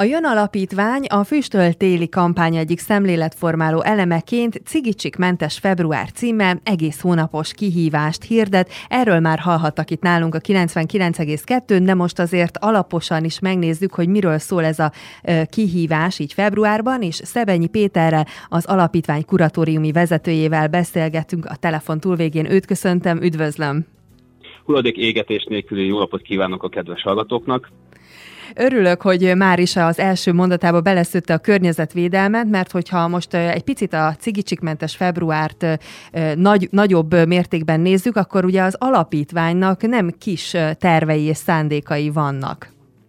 A Jön Alapítvány a Füstöl téli kampány egyik szemléletformáló elemeként Cigicsikmentes február címmel egész hónapos kihívást hirdet. Erről már hallhattak itt nálunk a 99,2-n, de most azért alaposan is megnézzük, hogy miről szól ez a kihívás így februárban, és Szebenyi Péterrel, az alapítvány kuratóriumi vezetőjével beszélgetünk a telefon túlvégén. Őt köszöntöm, üdvözlöm! Hulladék égetés nélküli jó napot kívánok a kedves hallgatóknak! Örülök, hogy már is az első mondatába beleszőtte a környezetvédelmet, mert hogyha most egy picit a Cigicsikmentes februárt nagyobb mértékben nézzük, akkor ugye az alapítványnak nem kis tervei és szándékai vannak.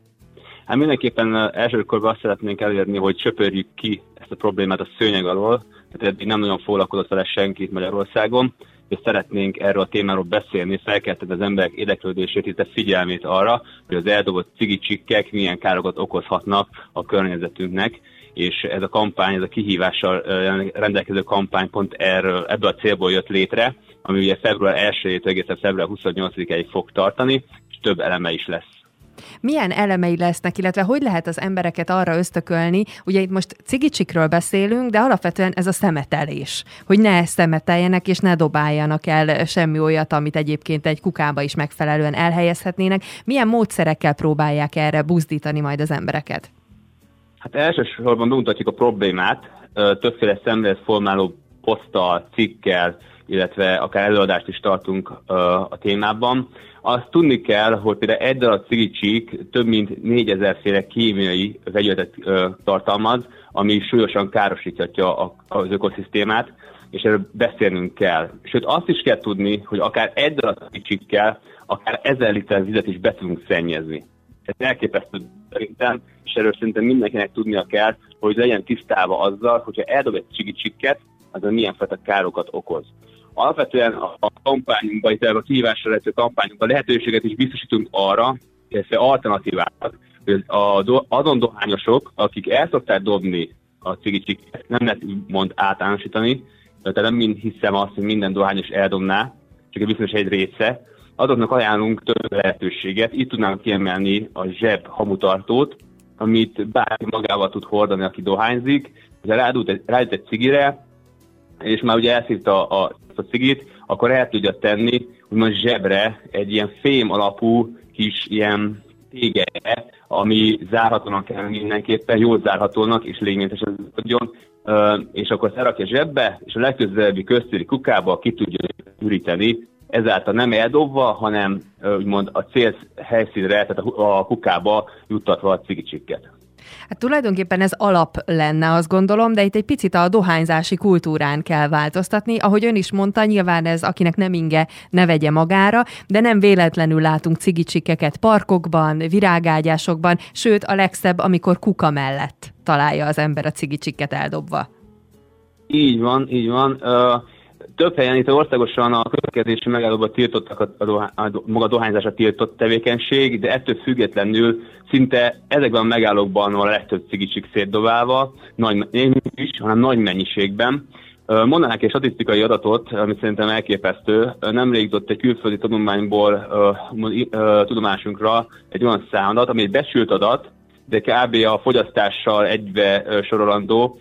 Hát mindenképpen elsőkorban azt szeretnénk elérni, hogy söpörjük ki ezt a problémát a szőnyeg alól, tehát eddig nem nagyon foglalkozott vele senki itt Magyarországon, és szeretnénk erről a témáról beszélni, felkelteni az emberek érdeklődését, illetve figyelmét arra, hogy az eldobott cigicsikkek milyen károkat okozhatnak a környezetünknek, és ez a kampány, ez a kihívással rendelkező kampány pont ebből a célból jött létre, ami ugye február 1-től egészen február 28-ig fog tartani, és több eleme is lesz. Milyen elemei lesznek, illetve hogy lehet az embereket arra ösztökölni, ugye itt most cigicsikről beszélünk, de alapvetően ez a szemetelés, hogy ne szemeteljenek és ne dobáljanak el semmi olyat, amit egyébként egy kukába is megfelelően elhelyezhetnének. Milyen módszerekkel próbálják erre buzdítani majd az embereket? Hát elsősorban bemutatjuk a problémát, többféle szemléletformáló poszttal, cikkel, illetve akár előadást is tartunk a témában. Azt tudni kell, hogy például egy darab cigicsik több mint 4000 féle kémiai vegyületet tartalmaz, ami súlyosan károsíthatja az ökoszisztémát, és erről beszélnünk kell. Sőt, azt is kell tudni, hogy akár egy darab cigicsikkel, akár 1000 liter vizet is be tudunk szennyezni. Ez elképesztő szerintem, és erről szerintem mindenkinek tudnia kell, hogy legyen tisztában azzal, hogyha eldob egy cigicsikket, az milyen fajta károkat okoz. Alapvetően a kampányunkban, itt a kihívásra lehető kampányunkban lehetőséget is biztosítunk arra, illetve alternatívákat, hogy azon dohányosok, akik el szokták dobni a cigicsiket, nem lehet mond általánosítani, tehát nem hiszem azt, hogy minden dohányos eldobná, csak egy bizonyos egy része, azoknak ajánlunk több lehetőséget. Itt tudnánk kiemelni a zseb hamutartót, amit bárki magával tud hordani, aki dohányzik, rájut egy cigire, és már ugye elszívta a cigit, akkor el tudja tenni, úgymond zsebre egy ilyen fém alapú kis ilyen tége, ami zárhatónak kell mindenképpen, jól zárhatónak és légmentesen adjon, és akkor szerakja zsebbe, és a legközelebbi köztéri kukába ki tudja üríteni, ezáltal nem eldobva, hanem úgymond a cél helyszínre, tehát a kukába juttatva a cigicsikket. Hát tulajdonképpen ez alap lenne, azt gondolom, de itt egy picit a dohányzási kultúrán kell változtatni. Ahogy ön is mondta, nyilván ez akinek nem inge, ne vegye magára, de nem véletlenül látunk cigicsikkeket parkokban, virágágyásokban, sőt a legszebb, amikor kuka mellett találja az ember a cigicsikket eldobva. Így van, így van. Több helyen itt országosan a közlekedési megállóban tiltottak maga dohányzásra tiltott tevékenység, de ettől függetlenül szinte ezekben a megállókban van a legtöbb cigicsik szétdobálva, nem is, hanem nagy mennyiségben. Mondanák egy statisztikai adatot, ami szerintem elképesztő. Nemrég jutott egy külföldi tanulmányból tudomásunkra egy olyan számadat, ami egy becsült adat, de kb. A fogyasztással egybe sorolandó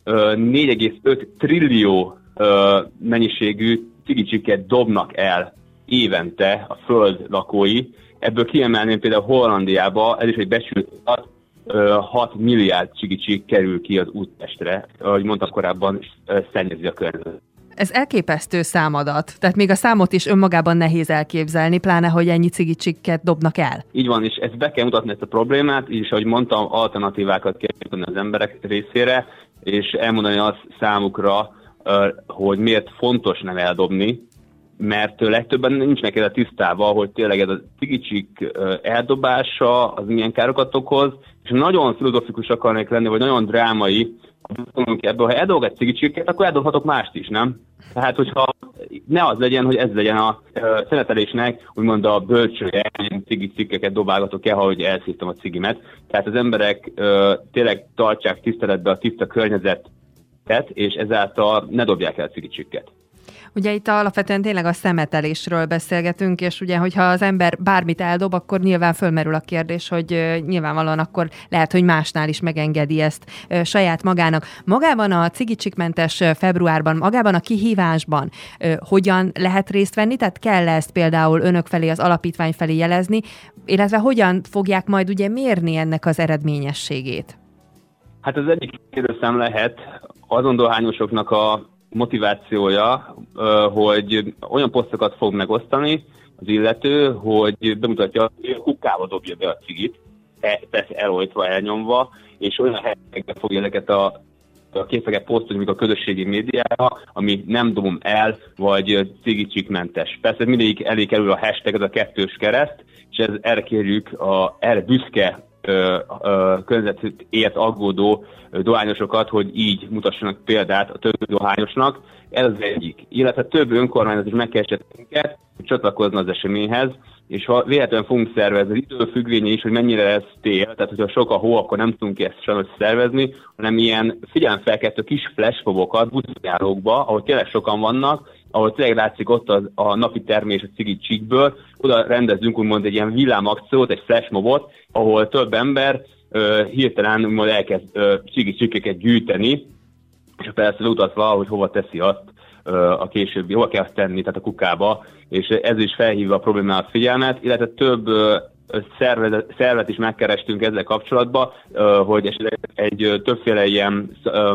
4,5 trillió mennyiségű cigicsiket dobnak el évente a föld lakói. Ebből kiemelném például Hollandiába, ez is egy becsült adat, 6 milliárd cigicsik kerül ki az úttestre, ahogy mondtam korábban, szennyezi a környezetet. Ez elképesztő számadat, tehát még a számot is önmagában nehéz elképzelni, pláne, hogy ennyi cigicsikket dobnak el. Így van, és ezt be kell mutatni, ezt a problémát, és ahogy mondtam, alternatívákat kell mutatni az emberek részére, és elmondani azt számukra, hogy miért fontos nem eldobni, mert legtöbben nincsnek ezzel tisztában, hogy tényleg ez a cigicsik eldobása az milyen károkat okoz, és nagyon filozofikus akarnék lenni, vagy nagyon drámai, ebből, ha eldobok egy cigicsiket, akkor eldobhatok mást is, nem? Tehát, hogyha ne az legyen, hogy ez legyen a szemetelésnek, úgymond a bölcsője, cigicikkeket dobálgatok el, ahogy elszívtam a cigimet. Tehát az emberek tényleg tartsák tiszteletbe a tiszta környezetet, és ezáltal ne dobják el cigicsikket. Ugye itt alapvetően tényleg a szemetelésről beszélgetünk, és ugye, hogyha az ember bármit eldob, akkor nyilván fölmerül a kérdés, hogy nyilvánvalóan akkor lehet, hogy másnál is megengedi ezt saját magának. Magában a cigicsikmentes februárban, magában a kihívásban hogyan lehet részt venni? Tehát kell ezt például önök felé, az alapítvány felé jelezni, illetve hogyan fogják majd ugye mérni ennek az eredményességét? Hát az egyik kérdőszám lehet azon dohányosoknak a motivációja, hogy olyan posztokat fog megosztani az illető, hogy bemutatja, hogy kukába dobja be a cigit, persze elojtva, elnyomva, és olyan helyekben fogja ezeket a képeket posztolni, a közösségi médiára, ami nem dobom el, vagy cigicsikmentes. Persze mindig elé kerül a hashtag, ez a 2 kereszt, és erre kérjük erre büszke környezetért aggódó dohányosokat, hogy így mutassanak példát a többi dohányosnak. Ez az egyik. Illetve több önkormányzat is megkeresett minket, hogy csatlakozna az eseményhez, és ha véletlenül fogunk szervezni, az időfüggvénye is, hogy mennyire lesz tél, tehát hogyha sok a hó, akkor nem tudunk ezt sajnos szervezni, hanem ilyen figyelemfelkeltő kis flashmobokat buszjárókba, ahol tényleg sokan vannak, ahol tényleg látszik ott a napi termés a cigicsikből, oda rendezünk úgymond egy ilyen villámakciót, egy flashmobot, ahol több ember hirtelen úgymond elkezd cigicsikeket gyűjteni, és persze utatva, hogy hova teszi azt a későbbi, hova kell azt tenni, tehát a kukába, és ez is felhívja a problémára figyelmet, illetve több szervet is megkerestünk ezzel kapcsolatban, hogy esetleg egy többféle ilyen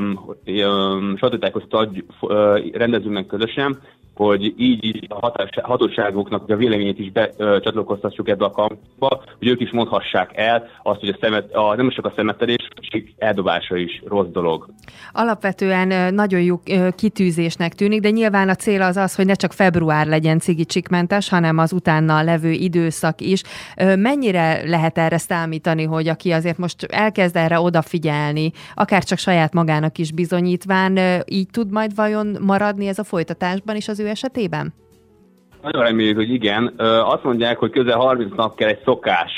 sajtótájékoztatót rendezünk meg közösen, hogy így a hatóságoknak a véleményét is becsatlakoztassuk ebbe a kampba, hogy ők is mondhassák el azt, hogy nem csak a szemetelés, hanem eldobása is rossz dolog. Alapvetően nagyon jó kitűzésnek tűnik, de nyilván a cél az, hogy ne csak február legyen cigicsikmentes, hanem az utána levő időszak is. Mennyire lehet erre számítani, hogy aki azért most elkezd erre odafigyelni, akár csak saját magának is bizonyítván, így tud majd vajon maradni ez a folytatásban is az ő esetében? Nagyon reméljük, hogy igen. Azt mondják, hogy közel 30 nap kell egy szokás,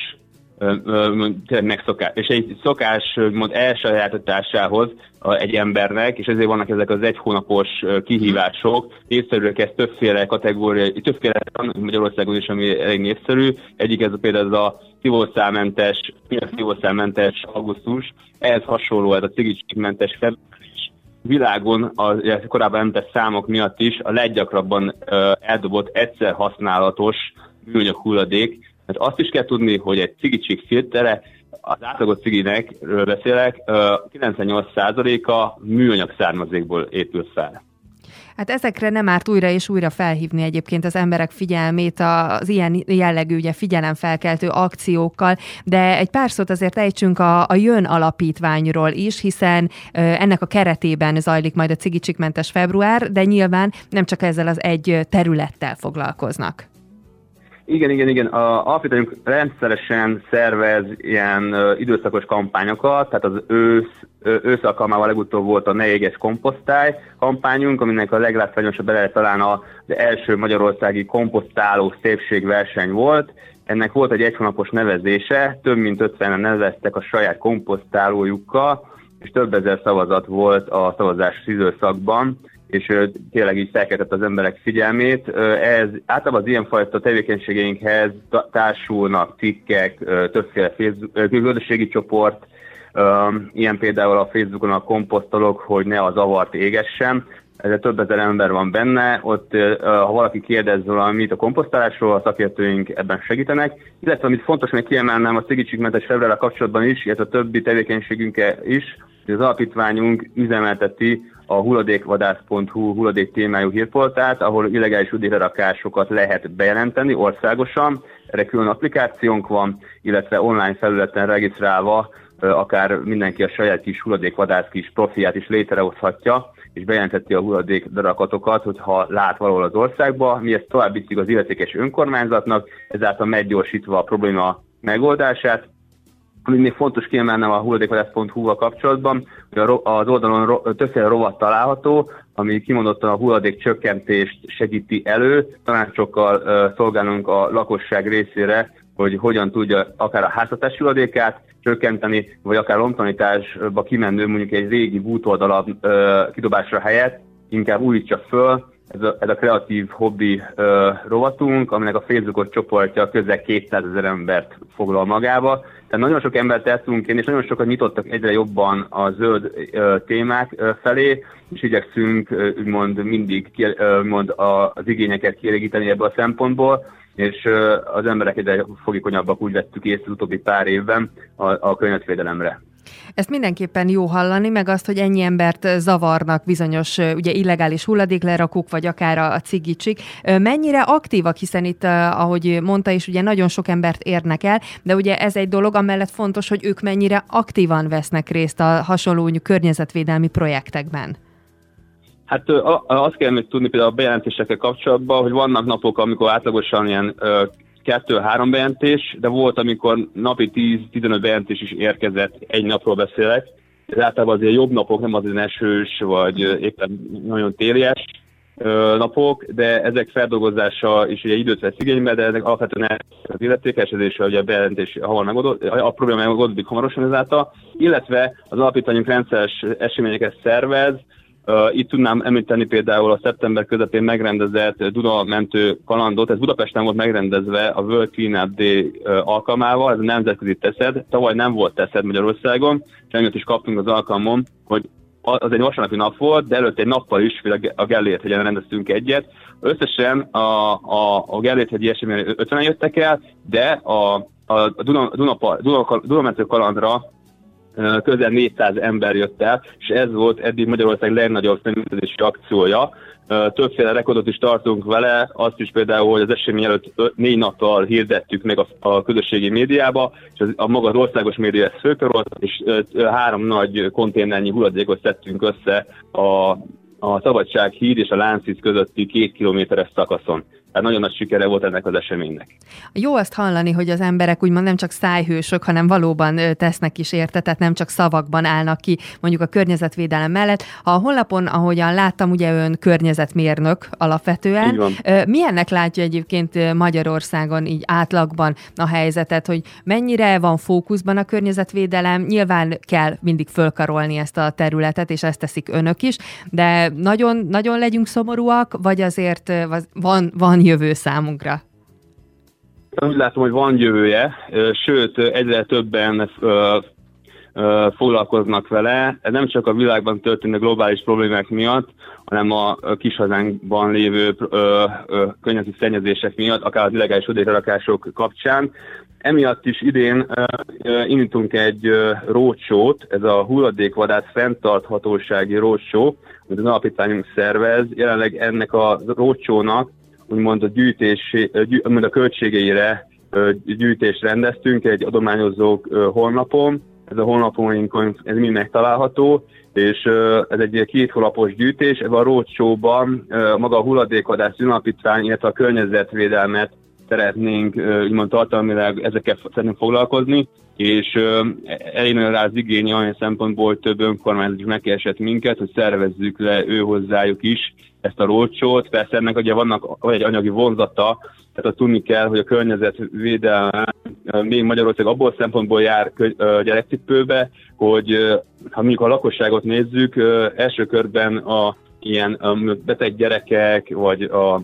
tényleg megszokás, és egy szokás elsajátításához egy embernek, és ezért vannak ezek az 1 hónapos kihívások. Népszerűek ez többféle kategória, többféle Magyarországon is, ami elég népszerű. Egyik ez például a szívószálmentes augusztus, ehhez hasonló ez a cigicsikmentes február. Világon a korábban említett számok miatt is a leggyakrabban eldobott egyszer használatos műanyag hulladék. Hát azt is kell tudni, hogy egy cigicsik filtere, az átlagos ciginek beszélek, 98%-a műanyag származékból épül fel. Hát ezekre nem árt újra és újra felhívni egyébként az emberek figyelmét az ilyen jellegű ugye figyelemfelkeltő akciókkal, de egy pár szót azért ejtsünk a Jön alapítványról is, hiszen ennek a keretében zajlik majd a cigicsikmentes február, de nyilván nem csak ezzel az egy területtel foglalkoznak. Igen. A alapítványunk rendszeresen szervez ilyen időszakos kampányokat, tehát az ősz alkalmával legutóbb volt a Ne éges komposztálj kampányunk, aminek a leglátványosabb eleje talán az első magyarországi komposztáló szépségverseny volt. Ennek volt egy 1 hónapos nevezése, több mint 50-en neveztek a saját komposztálójukkal, és több ezer szavazat volt a szavazási időszakban, és tényleg így felkeltett az emberek figyelmét. Ez általában az ilyenfajta tevékenységeinkhez társulnak cikkek, többféle közösségi csoport, ilyen például a Facebookon a komposztolók, hogy ne a zavart égessen. Ezzel több ezer ember van benne, ott ha valaki kérdez valamit a komposztálásról, a szakértőink ebben segítenek. Illetve amit fontos, hogy kiemelnem a cigicsikmentes februárral kapcsolatban is, illetve a többi tevékenységünkkel is, hogy az alapítványunk üzemelteti a hulladékvadász.hu hulladék témájú hírportált, ahol illegális hulladéklerakásokat lehet bejelenteni országosan. Erre külön applikációnk van, illetve online felületen regisztrálva akár mindenki a saját kis hulladékvadász kis profilját is létrehozhatja, és bejelenteti a hulladékdarakatokat, hogyha lát valahol az országba. Mi ezt továbbítjuk az illetékes önkormányzatnak, ezáltal meggyorsítva a probléma megoldását. Ami még fontos kiemelnem a hulladékvadász.hu-val kapcsolatban, hogy az oldalon többféle rovat található, ami kimondottan a hulladék csökkentést segíti elő, tanácsokkal szolgálunk a lakosság részére, hogy hogyan tudja akár a háztartási hulladékát csökkenteni, vagy akár lomtalanításba kimenő mondjuk egy régi bútoldalap kidobásra helyett inkább újítsa föl, ez a kreatív hobbi rovatunk, aminek a Facebookos csoportja közel 200 000 embert foglal magába. Tehát nagyon sok embert el tudunk kérni, és nagyon sokat nyitottak egyre jobban a zöld témák felé, és igyekszünk úgymond mindig az igényeket kielégíteni ebből a szempontból, és az emberek egyre fogékonyabbak, úgy vettük észre az utóbbi pár évben a környezetvédelemre. Ezt mindenképpen jó hallani, meg azt, hogy ennyi embert zavarnak bizonyos ugye illegális hulladéklerakók, vagy akár a cigicsik. Mennyire aktívak, hiszen itt, ahogy mondta is, ugye nagyon sok embert érnek el, de ugye ez egy dolog, amellett fontos, hogy ők mennyire aktívan vesznek részt a hasonló környezetvédelmi projektekben. Hát azt kell még tudni például a bejelentésekkel kapcsolatban, hogy vannak napok, amikor átlagosan ilyen 2-3 bejelentés, de volt, amikor napi 10-15 bejelentés is érkezett, egy napról beszélek. Ez általában azért jobb napok, nem az esős, vagy éppen nagyon télies napok, de ezek feldolgozása is ugye időt vesz igénybe, de ezek alapvetően az illetékesedésre, ugye a bejelentés a probléma megoldódik hamarosan ezáltal, illetve az alapítványunk rendszeres eseményeket szervez. Itt tudnám említeni például a szeptember közepén megrendezett Duna-mentő kalandot, ez Budapesten volt megrendezve a World Clean Up Day alkalmával, ez a nemzetközi teszed, tavaly nem volt teszed Magyarországon, és emiatt is kaptunk az alkalmon, hogy az egy vasárnapi nap volt, de előtte egy nappal is a Gellért-hegyen rendeztünk egyet. Összesen a Gellért-hegyi eseményre 50-en jöttek el, de a Duna-mentő kalandra közel 400 ember jött el, és ez volt eddig Magyarország legnagyobb szemüldözési akciója. Többféle rekordot is tartunk vele, azt is például, hogy az esemény előtt 4 nappal hirdettük meg a közösségi médiába, és a maga az országos média ezt fölkarolt, és 3 nagy konténernyi hulladékot szedtünk össze a Szabadsághíd és a Lánchíd közötti 2 kilométeres szakaszon. Tehát nagyon nagy sikere volt ennek az eseménynek. Jó azt hallani, hogy az emberek úgymond nem csak szájhősök, hanem valóban tesznek is érte, tehát nem csak szavakban állnak ki mondjuk a környezetvédelem mellett. A honlapon, ahogyan láttam, ugye ön környezetmérnök alapvetően. Milyennek látja egyébként Magyarországon így átlagban a helyzetet, hogy mennyire van fókuszban a környezetvédelem? Nyilván kell mindig fölkarolni ezt a területet, és ezt teszik önök is, de nagyon, nagyon legyünk szomorúak, vagy azért van jövő számunkra? Úgy látom, hogy van jövője, sőt, egyre többen foglalkoznak vele. Ez nem csak a világban történő globális problémák miatt, hanem a kis hazánkban lévő környezeti szennyezések miatt, akár az illegális hulladéklerakások kapcsán. Emiatt is idén indítunk egy roadshow-t, ez a hulladékvadász fenntarthatósági roadshow, amit az alapítványunk szervez. Jelenleg ennek a roadshow-nak úgymond a költségeire gyűjtést rendeztünk egy adományozó honlapon. Ez a honlapunkon ez mind megtalálható, és ez egy 2 hónapos gyűjtés. Ez a roadshow-ban maga a hulladékvadász alapítvány, illetve a környezetvédelmet szeretnénk úgymond tartalmilag ezekkel szeretnénk foglalkozni, és eljön rá az igény olyan szempontból, hogy több önkormányzat is megkeresett minket, hogy szervezzük le hozzájuk is ezt a roadshow-t. Persze ennek ugye van egy anyagi vonzata, tehát azt tudni kell, hogy a környezetvédelem még Magyarország abból szempontból jár gyerekcipőbe, hogy ha mondjuk a lakosságot nézzük, első körben ilyen beteg gyerekek, vagy a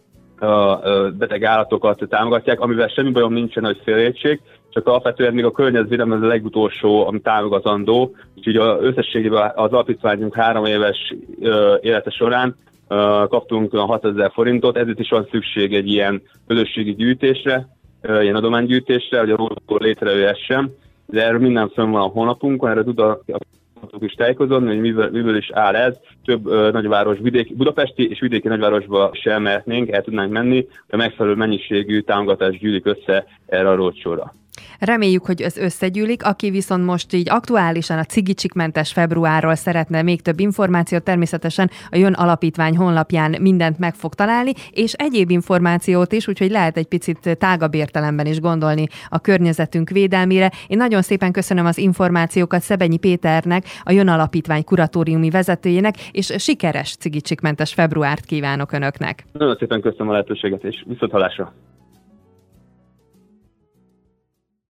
beteg állatokat támogatják, amivel semmi bajom nincsen, hogy félrejtség, csak alapvetően még a környezetvédelem ez a legutolsó, ami támogatandó, úgyhogy összességében az alapítványunk 3 éves élete során kaptunk 6000 forintot, ezért is van szükség egy ilyen közösségi gyűjtésre, ilyen adománygyűjtésre, hogy a róla létrejöhessen, de erről minden fönn van a honlapunkon, erre tudok is tájékozódni, hogy miből is áll ez. Több nagyváros, budapesti és vidéki nagyvárosba sem mehetnénk, el tudnánk menni, de megfelelő mennyiségű támogatás gyűlik össze erre a roadshow-ra. Reméljük, hogy ez összegyűlik. Aki viszont most így aktuálisan a cigicsikmentes februárról szeretne még több információt, természetesen a Jön Alapítvány honlapján mindent meg fog találni, és egyéb információt is, úgyhogy lehet egy picit tágabb értelemben is gondolni a környezetünk védelmére. Én nagyon szépen köszönöm az információkat Szebenyi Péternek, a Jön Alapítvány kuratóriumi vezetőjének, és sikeres cigicsikmentes februárt kívánok Önöknek. Nagyon szépen köszönöm a lehetőséget, és viszonthallásra.